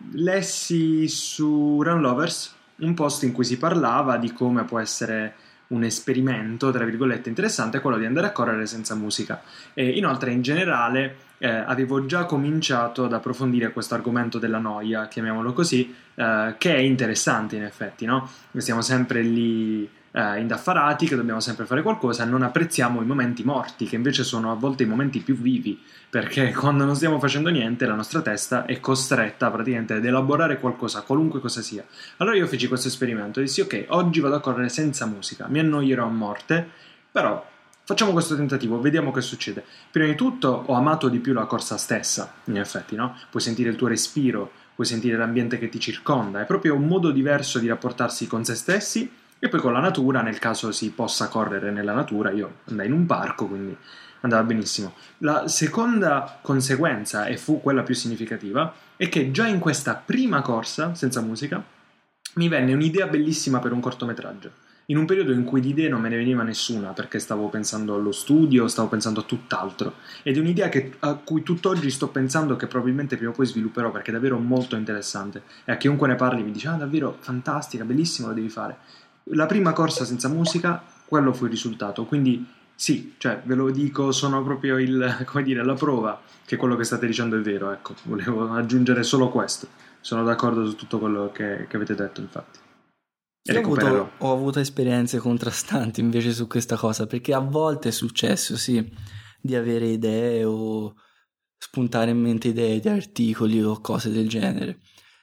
lessi su Run Lovers un post in cui si parlava di come può essere un esperimento, tra virgolette, interessante quello di andare a correre senza musica. E inoltre, in generale, eh, avevo già cominciato ad approfondire questo argomento della noia, chiamiamolo così, eh, che è interessante in effetti, no? Siamo sempre lì eh, indaffarati, che dobbiamo sempre fare qualcosa, non apprezziamo i momenti morti, che invece sono a volte i momenti più vivi, perché quando non stiamo facendo niente la nostra testa è costretta praticamente ad elaborare qualcosa, qualunque cosa sia. Allora io feci questo esperimento, dissi ok, oggi vado a correre senza musica, mi annoierò a morte, però facciamo questo tentativo, vediamo che succede. Prima di tutto ho amato di più la corsa stessa, in effetti, no? Puoi sentire il tuo respiro, puoi sentire l'ambiente che ti circonda, è proprio un modo diverso di rapportarsi con se stessi e poi con la natura, nel caso si possa correre nella natura. Io andai in un parco, quindi andava benissimo. La seconda conseguenza, e fu quella più significativa, è che già in questa prima corsa, senza musica, mi venne un'idea bellissima per un cortometraggio. In un periodo in cui di idee non me ne veniva nessuna, perché stavo pensando allo studio, stavo pensando a tutt'altro. Ed è un'idea che, a cui tutt'oggi sto pensando che probabilmente prima o poi svilupperò, perché è davvero molto interessante. E a chiunque ne parli mi dice, ah davvero, fantastica, bellissimo, lo devi fare. La prima corsa senza musica, quello fu il risultato, quindi sì, cioè ve lo dico, sono proprio il, come dire, la prova che quello che state dicendo è vero, ecco, volevo aggiungere solo questo, sono d'accordo su tutto quello che, che avete detto, infatti. Io ho avuto, ho avuto esperienze contrastanti invece su questa cosa, perché a volte è successo, sì, di avere idee o spuntare in mente idee di articoli o cose del genere.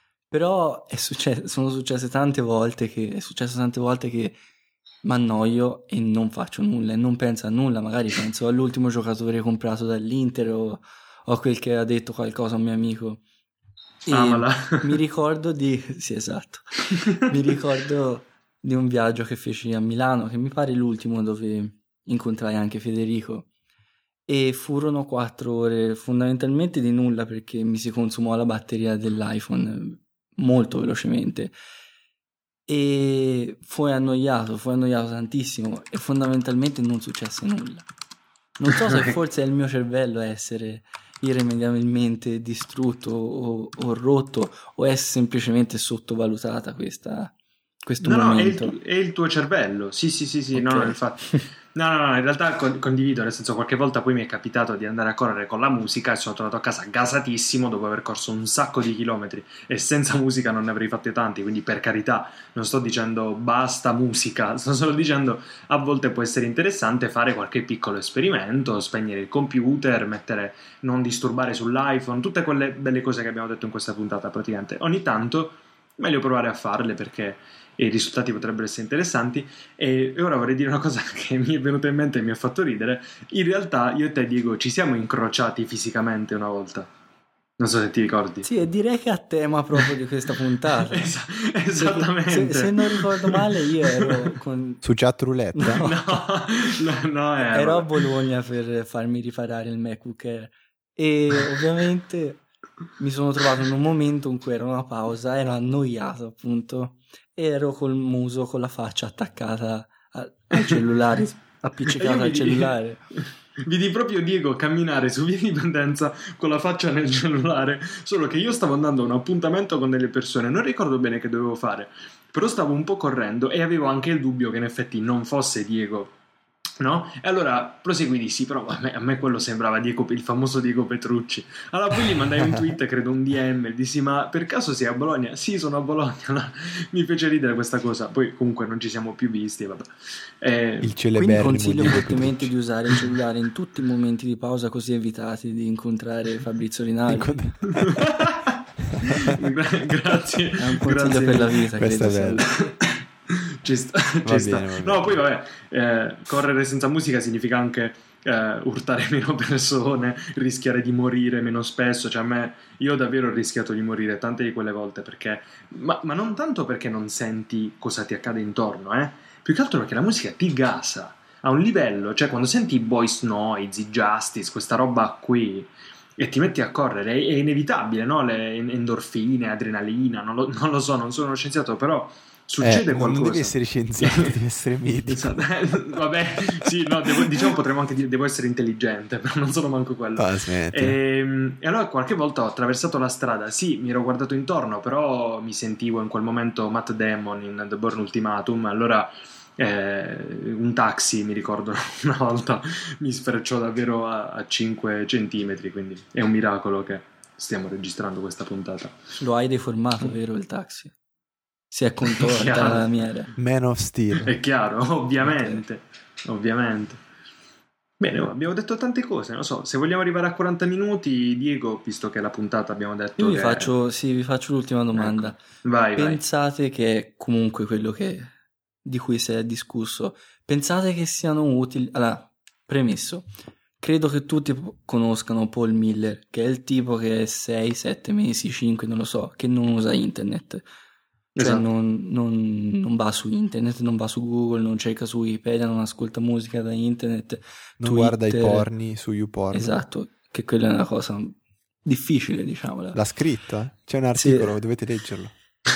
Però è successo, sono successe tante volte che è successo tante volte che mi annoio e non faccio nulla e non penso a nulla, magari penso all'ultimo giocatore comprato dall'Inter o, o a quel che ha detto qualcosa a un mio amico. E Amala. mi ricordo di sì, esatto. Mi ricordo di un viaggio che feci a Milano, che mi pare l'ultimo, dove incontrai anche Federico. E furono quattro ore fondamentalmente di nulla, perché mi si consumò la batteria dell'iPhone molto velocemente e fui annoiato, fui annoiato tantissimo e fondamentalmente non successe nulla. Non so se forse è il mio cervello a essere irrimediabilmente distrutto o, o rotto, o è semplicemente sottovalutata questa, questo no, momento. No, è il, è il tuo cervello, sì sì sì, sì okay. no, no, infatti no, no, no, in realtà condivido, nel senso qualche volta poi mi è capitato di andare a correre con la musica e sono tornato a casa gasatissimo dopo aver corso un sacco di chilometri e senza musica non ne avrei fatti tanti, quindi per carità non sto dicendo basta musica, sto solo dicendo a volte può essere interessante fare qualche piccolo esperimento, spegnere il computer, mettere non disturbare sull'iPhone, tutte quelle belle cose che abbiamo detto in questa puntata praticamente. Ogni tanto meglio provare a farle perché e i risultati potrebbero essere interessanti. E ora vorrei dire una cosa che mi è venuta in mente e mi ha fatto ridere. In realtà io e te, Diego, ci siamo incrociati fisicamente una volta. Non so se ti ricordi. Sì, e direi che è a tema proprio di questa puntata. Es- esattamente. Se, se non ricordo male, io ero con... Su chat roulette? No, no, no, no eh, ero a vabbè. Bologna per farmi riparare il MacBook Air e ovviamente mi sono trovato in un momento in cui ero una pausa, ero annoiato appunto, e ero col muso, con la faccia attaccata a- al cellulare, appiccicata Io al vidi- cellulare. Vidi proprio Diego camminare su via Indipendenza con la faccia nel cellulare, solo che io stavo andando a un appuntamento con delle persone, non ricordo bene che dovevo fare, però stavo un po' correndo e avevo anche il dubbio che in effetti non fosse Diego, no? E allora proseguì, dissi, però a me, a me quello sembrava Diego, il famoso Diego Petrucci. Allora poi gli mandai un tweet, credo un D M, dissi, ma per caso sei a Bologna? Sì, sono a Bologna. Allora, mi fece ridere questa cosa, poi comunque non ci siamo più visti, vabbè. Eh, Il Quindi celeberrimo consiglio Diego fortemente Petrucci. di usare il cellulare in tutti i momenti di pausa, così evitate di incontrare Fabrizio Rinaldi. Incont- Gra- grazie. È un consiglio grazie per la mille. vita, Questa credo è sia. bella. Ci sta, ci Va sta. bene, va bene. No, poi vabbè, eh, correre senza musica significa anche eh, urtare meno persone, rischiare di morire meno spesso. Cioè, a me, io davvero ho rischiato di morire tante di quelle volte perché, ma, ma non tanto perché non senti cosa ti accade intorno, eh, più che altro perché la musica ti gasa a un livello, cioè quando senti i Boys Noise, i Justice, questa roba qui, e ti metti a correre, è, è inevitabile, no? Le endorfine, adrenalina, non lo, non lo so, non sono uno scienziato, però succede Eh, qualcosa. non devi essere scienziato, devi essere medico. Esatto. Vabbè, sì, no, devo- diciamo potremmo anche dire devo essere intelligente, però non sono manco quello. Ah, smetti. E, e allora qualche volta ho attraversato la strada, sì, mi ero guardato intorno, però mi sentivo in quel momento Matt Damon in The Bourne Ultimatum, allora eh, un taxi, mi ricordo una volta, mi sfrecciò davvero a, a cinque centimetri, quindi è un miracolo che stiamo registrando questa puntata. Lo hai deformato, vero, il taxi? Si è contorta Chiaro. la lamiera. Man of Steel. È chiaro, ovviamente, ovviamente. Bene, oh, abbiamo detto tante cose, non so, se vogliamo arrivare a quaranta minuti, Diego, visto che è la puntata abbiamo detto Io vi che... faccio, sì, vi faccio l'ultima domanda. Ecco. Vai, vai. Pensate che comunque quello che, di cui si è discusso, pensate che siano utili? Allora, premesso, credo che tutti po- conoscano Paul Miller, che è il tipo che è sei sette mesi, cinque, non lo so, che non usa internet. Cioè Esatto. non, non- non va su internet, non va su Google, non cerca su Wikipedia, non ascolta musica da internet, Non guarda i Twitter. porni su YouPorn. Esatto, che quella è una cosa difficile, diciamo. L'ha scritto, eh? C'è un Sì. articolo, dovete leggerlo.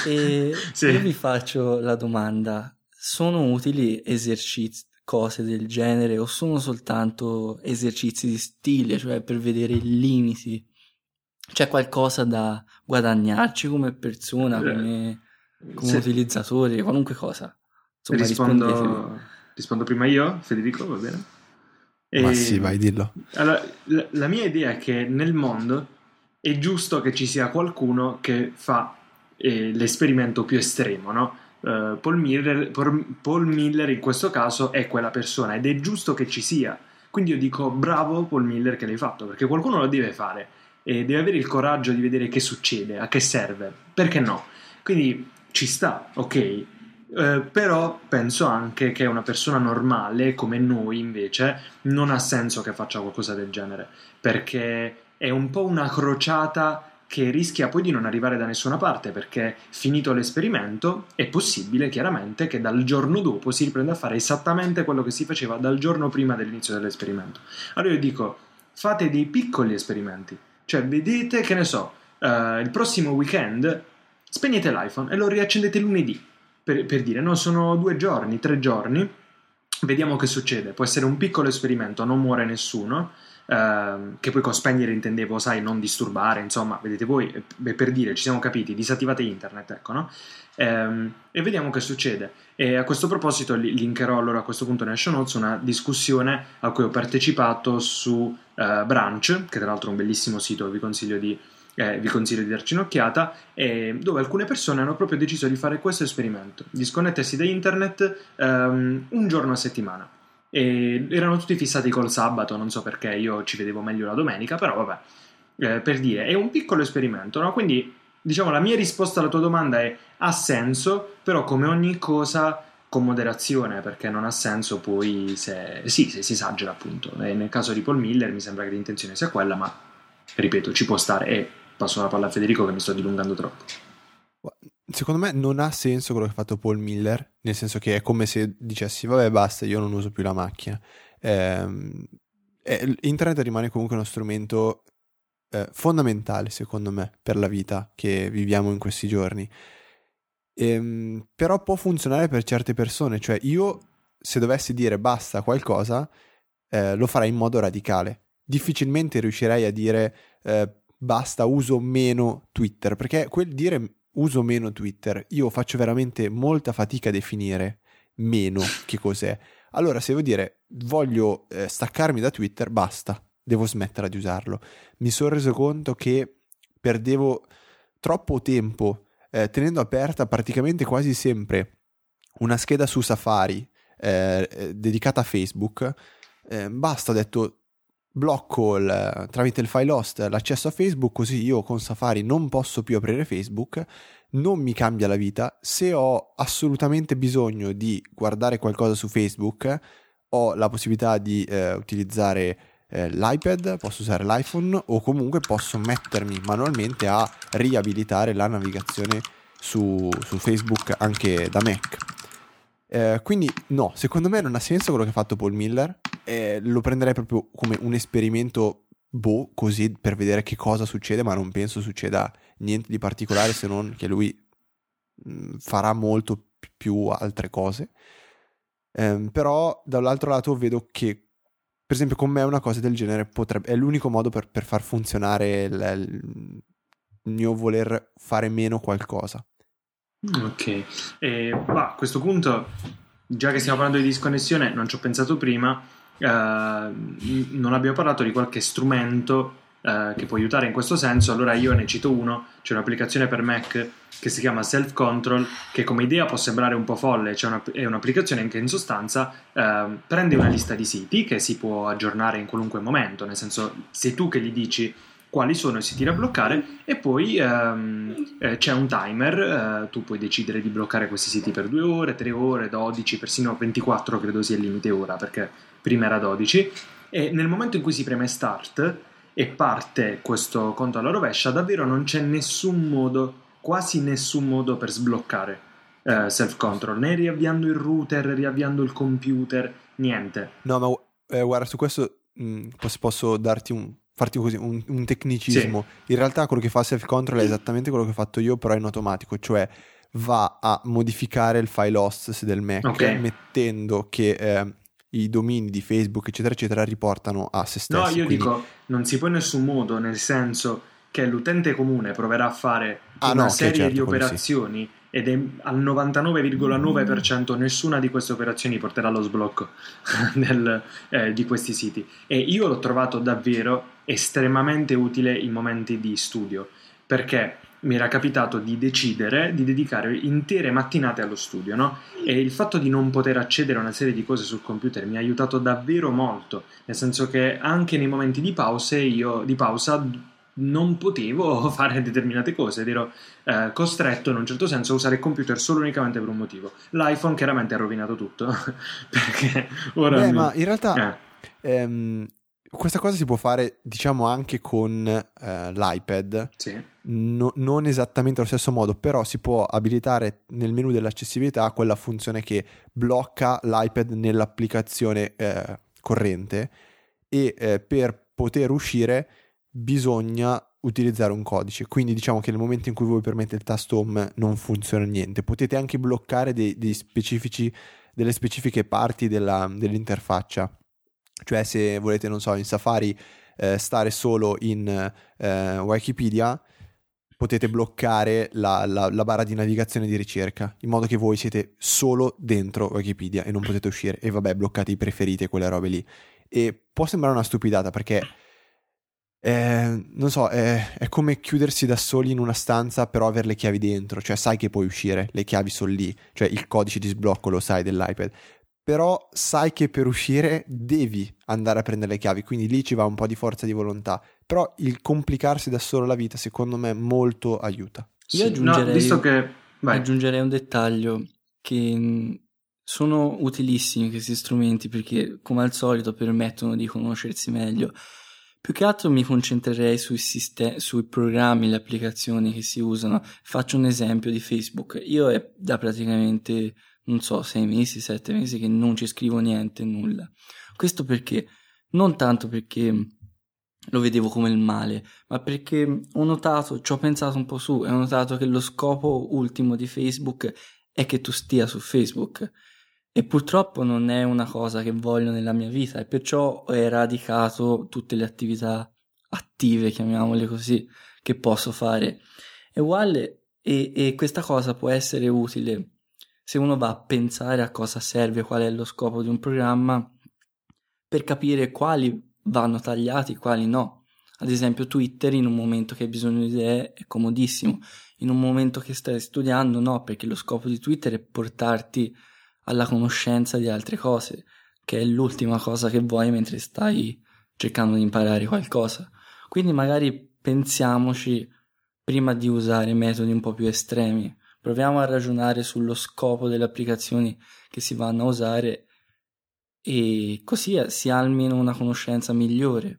E Sì. io vi faccio la domanda: sono utili esercizi, cose del genere, o sono soltanto esercizi di stile, cioè per vedere i limiti? C'è qualcosa da guadagnarci come persona, Eh, come, come se- utilizzatore, qualunque cosa? Insomma, rispondetemi. rispondo... rispondo prima io, Federico, va bene? Ma E- sì, vai, dillo. Allora, la, la mia idea è che nel mondo è giusto che ci sia qualcuno che fa eh, l'esperimento più estremo, no? Eh, Paul Miller, Paul- Paul Miller in questo caso è quella persona ed è giusto che ci sia. Quindi io dico bravo Paul Miller che l'hai fatto, perché qualcuno lo deve fare e deve avere il coraggio di vedere che succede, a che serve, perché no? Quindi ci sta, ok? Eh, però penso anche che una persona normale come noi invece non ha senso che faccia qualcosa del genere, perché è un po' una crociata che rischia poi di non arrivare da nessuna parte, perché finito l'esperimento è possibile chiaramente che dal giorno dopo si riprenda a fare esattamente quello che si faceva dal giorno prima dell'inizio dell'esperimento. Allora io dico, fate dei piccoli esperimenti, cioè vedete, che ne so, eh, il prossimo weekend spegnete l'iPhone e lo riaccendete lunedì, per, per dire, no, sono due giorni, tre giorni, vediamo che succede. Può essere un piccolo esperimento, non muore nessuno, ehm, che poi con spegnere intendevo, sai, non disturbare, insomma, vedete voi, eh, per dire, ci siamo capiti, disattivate internet, ecco, no? Ehm, e vediamo che succede. E a questo proposito li- linkerò allora a questo punto nelle show notes una discussione a cui ho partecipato su eh, Branch, che tra l'altro è un bellissimo sito, vi consiglio di Eh, vi consiglio di darci un'occhiata, eh, dove alcune persone hanno proprio deciso di fare questo esperimento, di sconnettersi da internet ehm, un giorno a settimana, e erano tutti fissati col sabato, non so perché, io ci vedevo meglio la domenica, però vabbè, eh, per dire, è un piccolo esperimento, no? Quindi diciamo la mia risposta alla tua domanda è ha senso, però come ogni cosa con moderazione, perché non ha senso poi se, sì, se si esagera appunto, e nel caso di Paul Miller mi sembra che l'intenzione sia quella, ma ripeto, ci può stare, e passo la palla a Federico che mi sto dilungando troppo. Secondo me non ha senso quello che ha fatto Paul Miller, nel senso che è come se dicessi vabbè basta, io non uso più la macchina. Eh, eh, internet rimane comunque uno strumento eh, fondamentale secondo me per la vita che viviamo in questi giorni. Ehm, però può funzionare per certe persone, cioè io se dovessi dire basta qualcosa eh, lo farei in modo radicale. Difficilmente riuscirei a dire eh, basta, uso meno Twitter, perché quel dire uso meno Twitter io faccio veramente molta fatica a definire meno che cos'è. Allora se devo dire voglio eh, staccarmi da Twitter, basta, devo smettere di usarlo. Mi sono reso conto che perdevo troppo tempo eh, tenendo aperta praticamente quasi sempre una scheda su Safari eh, dedicata a Facebook. Eh, basta, ho detto blocco il, tramite il file host l'accesso a Facebook, così io con Safari non posso più aprire Facebook, non mi cambia la vita. Se ho assolutamente bisogno di guardare qualcosa su Facebook ho la possibilità di eh, utilizzare eh, l'iPad, posso usare l'iPhone o comunque posso mettermi manualmente a riabilitare la navigazione su, su Facebook anche da Mac. Eh, quindi no, secondo me non ha senso quello che ha fatto Paul Miller. Eh, lo prenderei proprio come un esperimento boh, così per vedere che cosa succede, ma non penso succeda niente di particolare se non che lui mh, farà molto più altre cose. Eh, però dall'altro lato vedo che per esempio con me una cosa del genere potrebbe, è l'unico modo per, per far funzionare il, il mio voler fare meno qualcosa. Ok, e, bah, a questo punto, già che stiamo parlando di disconnessione, non ci ho pensato prima, eh, non abbiamo parlato di qualche strumento eh, che può aiutare in questo senso. Allora io ne cito uno, c'è un'applicazione per Mac che si chiama Self Control, che come idea può sembrare un po' folle, cioè una, è un'applicazione che in sostanza eh, prende una lista di siti che si può aggiornare in qualunque momento, nel senso sei tu che gli dici quali sono i siti da bloccare e poi ehm, eh, c'è un timer, eh, tu puoi decidere di bloccare questi siti per due ore, tre ore, dodici, persino ventiquattro credo sia il limite ora, perché prima era dodici, e nel momento in cui si preme start e parte questo conto alla rovescia, davvero non c'è nessun modo, quasi nessun modo per sbloccare eh, self control, né riavviando il router, riavviando il computer, niente. No, ma eh, guarda, su questo mh, posso, posso darti un farti così un, un tecnicismo. Sì. In realtà quello che fa self control è esattamente quello che ho fatto io, però in automatico, cioè va a modificare il file host del Mac, okay, mettendo che eh, i domini di Facebook eccetera eccetera riportano a se stessi. No, io quindi... dico non si può in nessun modo, nel senso che l'utente comune proverà a fare ah, una no, serie okay, certo, di operazioni sì. Ed è al novantanove virgola nove per cento nessuna di queste operazioni porterà allo sblocco del, eh, di questi siti, e io l'ho trovato davvero estremamente utile in momenti di studio, perché mi era capitato di decidere di dedicare intere mattinate allo studio, no? E il fatto di non poter accedere a una serie di cose sul computer mi ha aiutato davvero molto, nel senso che anche nei momenti di pause io di pausa non potevo fare determinate cose ed ero eh, costretto in un certo senso a usare il computer solo unicamente per un motivo. L'iPhone chiaramente ha rovinato tutto perché ora Beh, mi... ma in realtà eh. ehm, questa cosa si può fare diciamo anche con eh, l'iPad, sì. no, non esattamente allo stesso modo, però si può abilitare nel menu dell'accessibilità quella funzione che blocca l'iPad nell'applicazione eh, corrente e eh, per poter uscire bisogna utilizzare un codice, quindi diciamo che nel momento in cui voi premete il tasto home non funziona niente. Potete anche bloccare dei, dei specifici, delle specifiche parti della, dell'interfaccia, cioè se volete, non so, in Safari eh, stare solo in eh, Wikipedia, potete bloccare la, la, la barra di navigazione di ricerca, in modo che voi siete solo dentro Wikipedia e non potete uscire, e vabbè, bloccate i preferiti e quelle robe lì. E può sembrare una stupidata perché Eh, non so, è, è come chiudersi da soli in una stanza però avere le chiavi dentro, cioè sai che puoi uscire, le chiavi sono lì, cioè il codice di sblocco lo sai dell'iPad, però sai che per uscire devi andare a prendere le chiavi, quindi lì ci va un po' di forza di volontà, però il complicarsi da solo la vita secondo me molto aiuta. Io aggiungerei, no, visto che... Vai. aggiungerei un dettaglio, che sono utilissimi questi strumenti perché come al solito permettono di conoscersi meglio. Più che altro mi concentrerei sui, sistemi, sui programmi, le applicazioni che si usano. Faccio un esempio di Facebook. Io è da praticamente, non so, sei mesi, sette mesi che non ci scrivo niente, nulla. Questo perché? Non tanto perché lo vedevo come il male, ma perché ho notato, ci ho pensato un po' su, e ho notato che lo scopo ultimo di Facebook è che tu stia su Facebook. E purtroppo non è una cosa che voglio nella mia vita, e perciò ho eradicato tutte le attività attive, chiamiamole così, che posso fare. E uguale, e, e questa cosa può essere utile se uno va a pensare a cosa serve, qual è lo scopo di un programma, per capire quali vanno tagliati, quali no. Ad esempio Twitter, in un momento che hai bisogno di idee, è comodissimo. In un momento che stai studiando, no, perché lo scopo di Twitter è portarti alla conoscenza di altre cose, che è l'ultima cosa che vuoi mentre stai cercando di imparare qualcosa. Quindi magari pensiamoci prima di usare metodi un po' più estremi. Proviamo a ragionare sullo scopo delle applicazioni che si vanno a usare, e così si ha almeno una conoscenza migliore.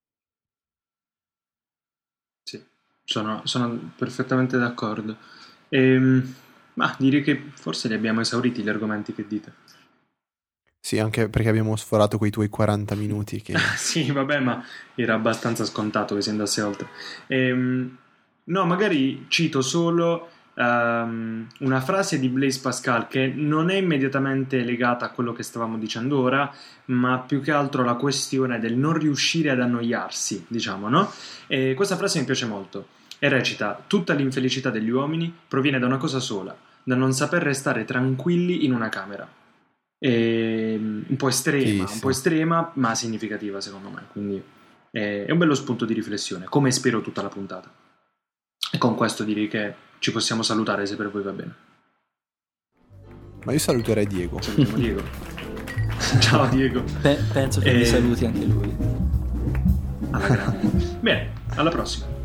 Sì, sono, sono perfettamente d'accordo. Ehm, ma direi che forse li abbiamo esauriti gli argomenti, che dite? Sì, anche perché abbiamo sforato quei tuoi quaranta minuti che... Sì, vabbè, ma era abbastanza scontato che si andasse oltre. Ehm, no, magari cito solo um, una frase di Blaise Pascal che non è immediatamente legata a quello che stavamo dicendo ora, ma più che altro la questione del non riuscire ad annoiarsi, diciamo, no? E questa frase mi piace molto e recita: tutta l'infelicità degli uomini proviene da una cosa sola, da non saper restare tranquilli in una camera. È un po' estrema, Sì, un sì. po' estrema, ma significativa secondo me, quindi è, è un bello spunto di riflessione, come spero tutta la puntata. E con questo direi che ci possiamo salutare, se per voi va bene. Ma io saluterei Diego. Salutiamo Diego. Ciao Diego. Pe- penso che E... vi saluti anche lui. Alla grande. Bene, alla prossima.